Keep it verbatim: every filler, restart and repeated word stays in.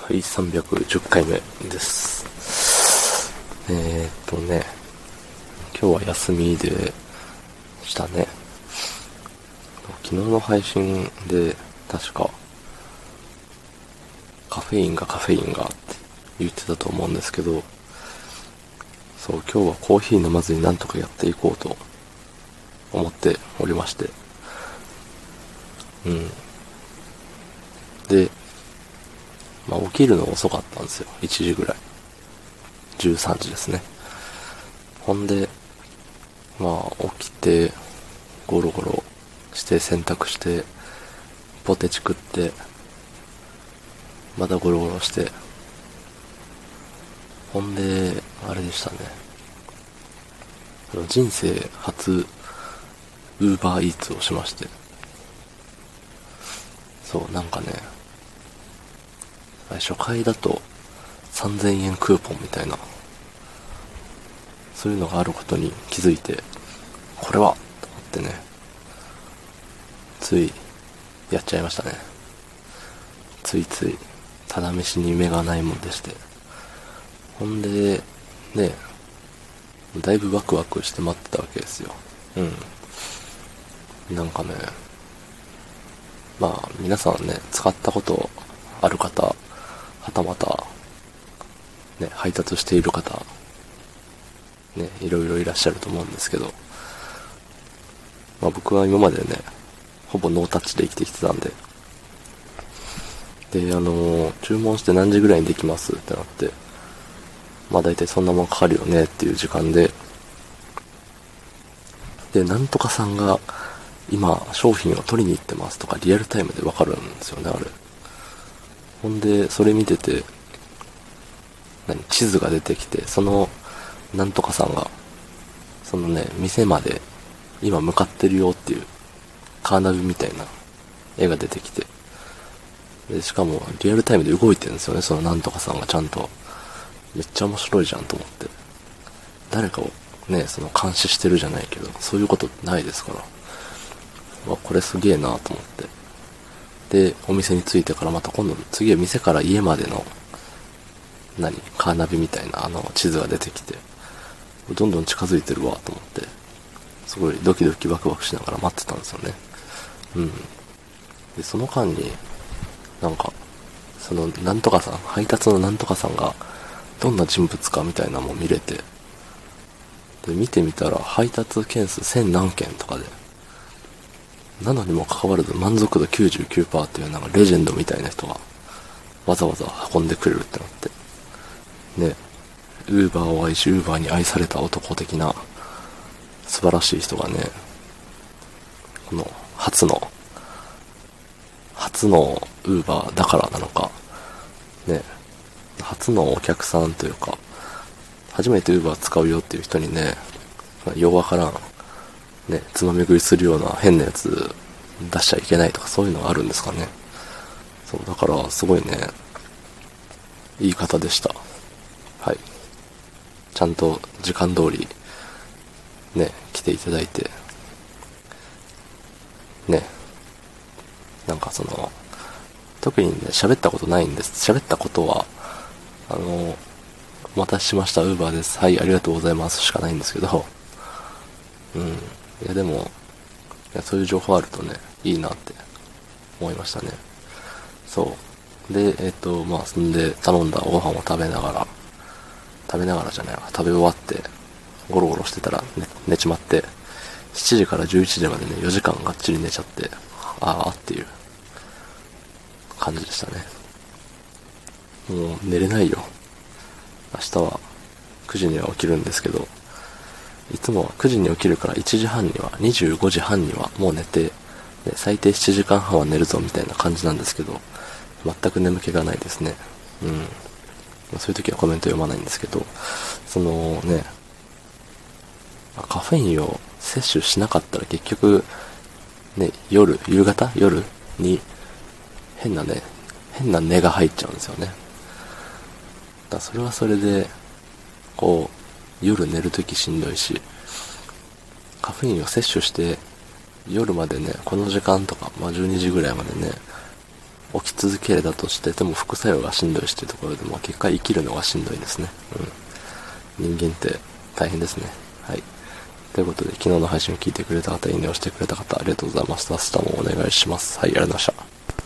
はい、さんびゃくじゅっかいめです。えーっとね、今日は休みでしたね。昨日の配信で確かカフェインがカフェインがって言ってたと思うんですけど、そう、今日はコーヒー飲まずになんとかやっていこうと思っておりまして、うん。で、まあ起きるの遅かったんですよ。いちじぐらい。じゅうさんじですね。ほんで、まあ起きて、ゴロゴロして洗濯して、ポテチ食って、またゴロゴロして、ほんで、あれでしたね。人生初、ウーバーイーツをしまして。そう、なんかね、初回だとさんぜんえんクーポンみたいな、そういうのがあることに気づいて、これはと思ってね、ついやっちゃいましたね。ついついただ飯に目がないもんでして、ほんでね、だいぶワクワクして待ってたわけですよ。うん。なんかね、まあ皆さんね、使ったことある方、はたまたね、配達している方ね、いろいろいらっしゃると思うんですけど、まあ僕は今までね、ほぼノータッチで生きてきてたんで、で、あのー、注文して何時ぐらいにできますってなって、まあ大体そんなもんかかるよねっていう時間で、で、なんとかさんが今商品を取りに行ってますとかリアルタイムでわかるんですよね、あれ。ほんで、それ見てて、何、地図が出てきて、その、なんとかさんが、そのね、店まで今向かってるよっていうカーナビみたいな絵が出てきて、で、しかもリアルタイムで動いてるんですよね、そのなんとかさんがちゃんと。めっちゃ面白いじゃんと思って。誰かをね、その監視してるじゃないけど、そういうことってないですから。わ、これすげえなと思って。で、お店に着いてからまた今度、次は店から家までの、何、カーナビみたいなあの地図が出てきて、どんどん近づいてるわと思って、すごいドキドキワクワクしながら待ってたんですよね。うん。で、その間に、なんか、そのなんとかさん、配達のなんとかさんが、どんな人物かみたいなのも見れて、で、見てみたら配達件数千何件とかで、なのにもかかわらず満足度 きゅうじゅうきゅうパーセント っていうなんかレジェンドみたいな人がわざわざ運んでくれるってなって、ね、ウーバーを愛し、ウーバーに愛された男的な素晴らしい人がね、この初の、初のウーバーだからなのか、ね、初のお客さんというか、初めて Uber 使うよっていう人にね、ようわからん、ね、つまみ食いするような変なやつ出しちゃいけないとかそういうのがあるんですかね。そう、だからすごいね、いい方でした。はい。ちゃんと時間通り、ね、来ていただいて、ね、なんかその、特にね、喋ったことないんです。喋ったことは、あの、お待たせしました、ウーバーです。はい、ありがとうございますしかないんですけど、うん。いや、でも、いや、そういう情報あるとね、いいなって思いましたね。そう。で、えっと、まあ、そんで頼んだご飯を食べながら、食べながらじゃないわ、食べ終わって、ゴロゴロしてたら、ね、寝ちまって、しちじからじゅういちじまでね、よじかんがっちり寝ちゃって、ああっていう感じでしたね。もう寝れないよ。明日はくじには起きるんですけど、いつもはくじに起きるからいちじはんには、にじゅうごじはんにはもう寝て、で最低しちじかんはんは寝るぞみたいな感じなんですけど、全く眠気がないですね。うん。そういう時はコメント読まないんですけど、そのね、カフェインを摂取しなかったら結局、ね、夜、夕方夜に変なね、変な寝が入っちゃうんですよね。だからそれはそれで、こう、夜寝るときしんどいし、カフェインを摂取して、夜までね、この時間とか、まあじゅうにじぐらいまでね、 起き続けれたとしてでも副作用がしんどいしというところで、まあ、結果生きるのがしんどいですね。うん。人間って大変ですね。はい。ということで、昨日の配信を聞いてくれた方、いいねをしてくれた方、ありがとうございました。明日もお願いします。はい、ありがとうございました。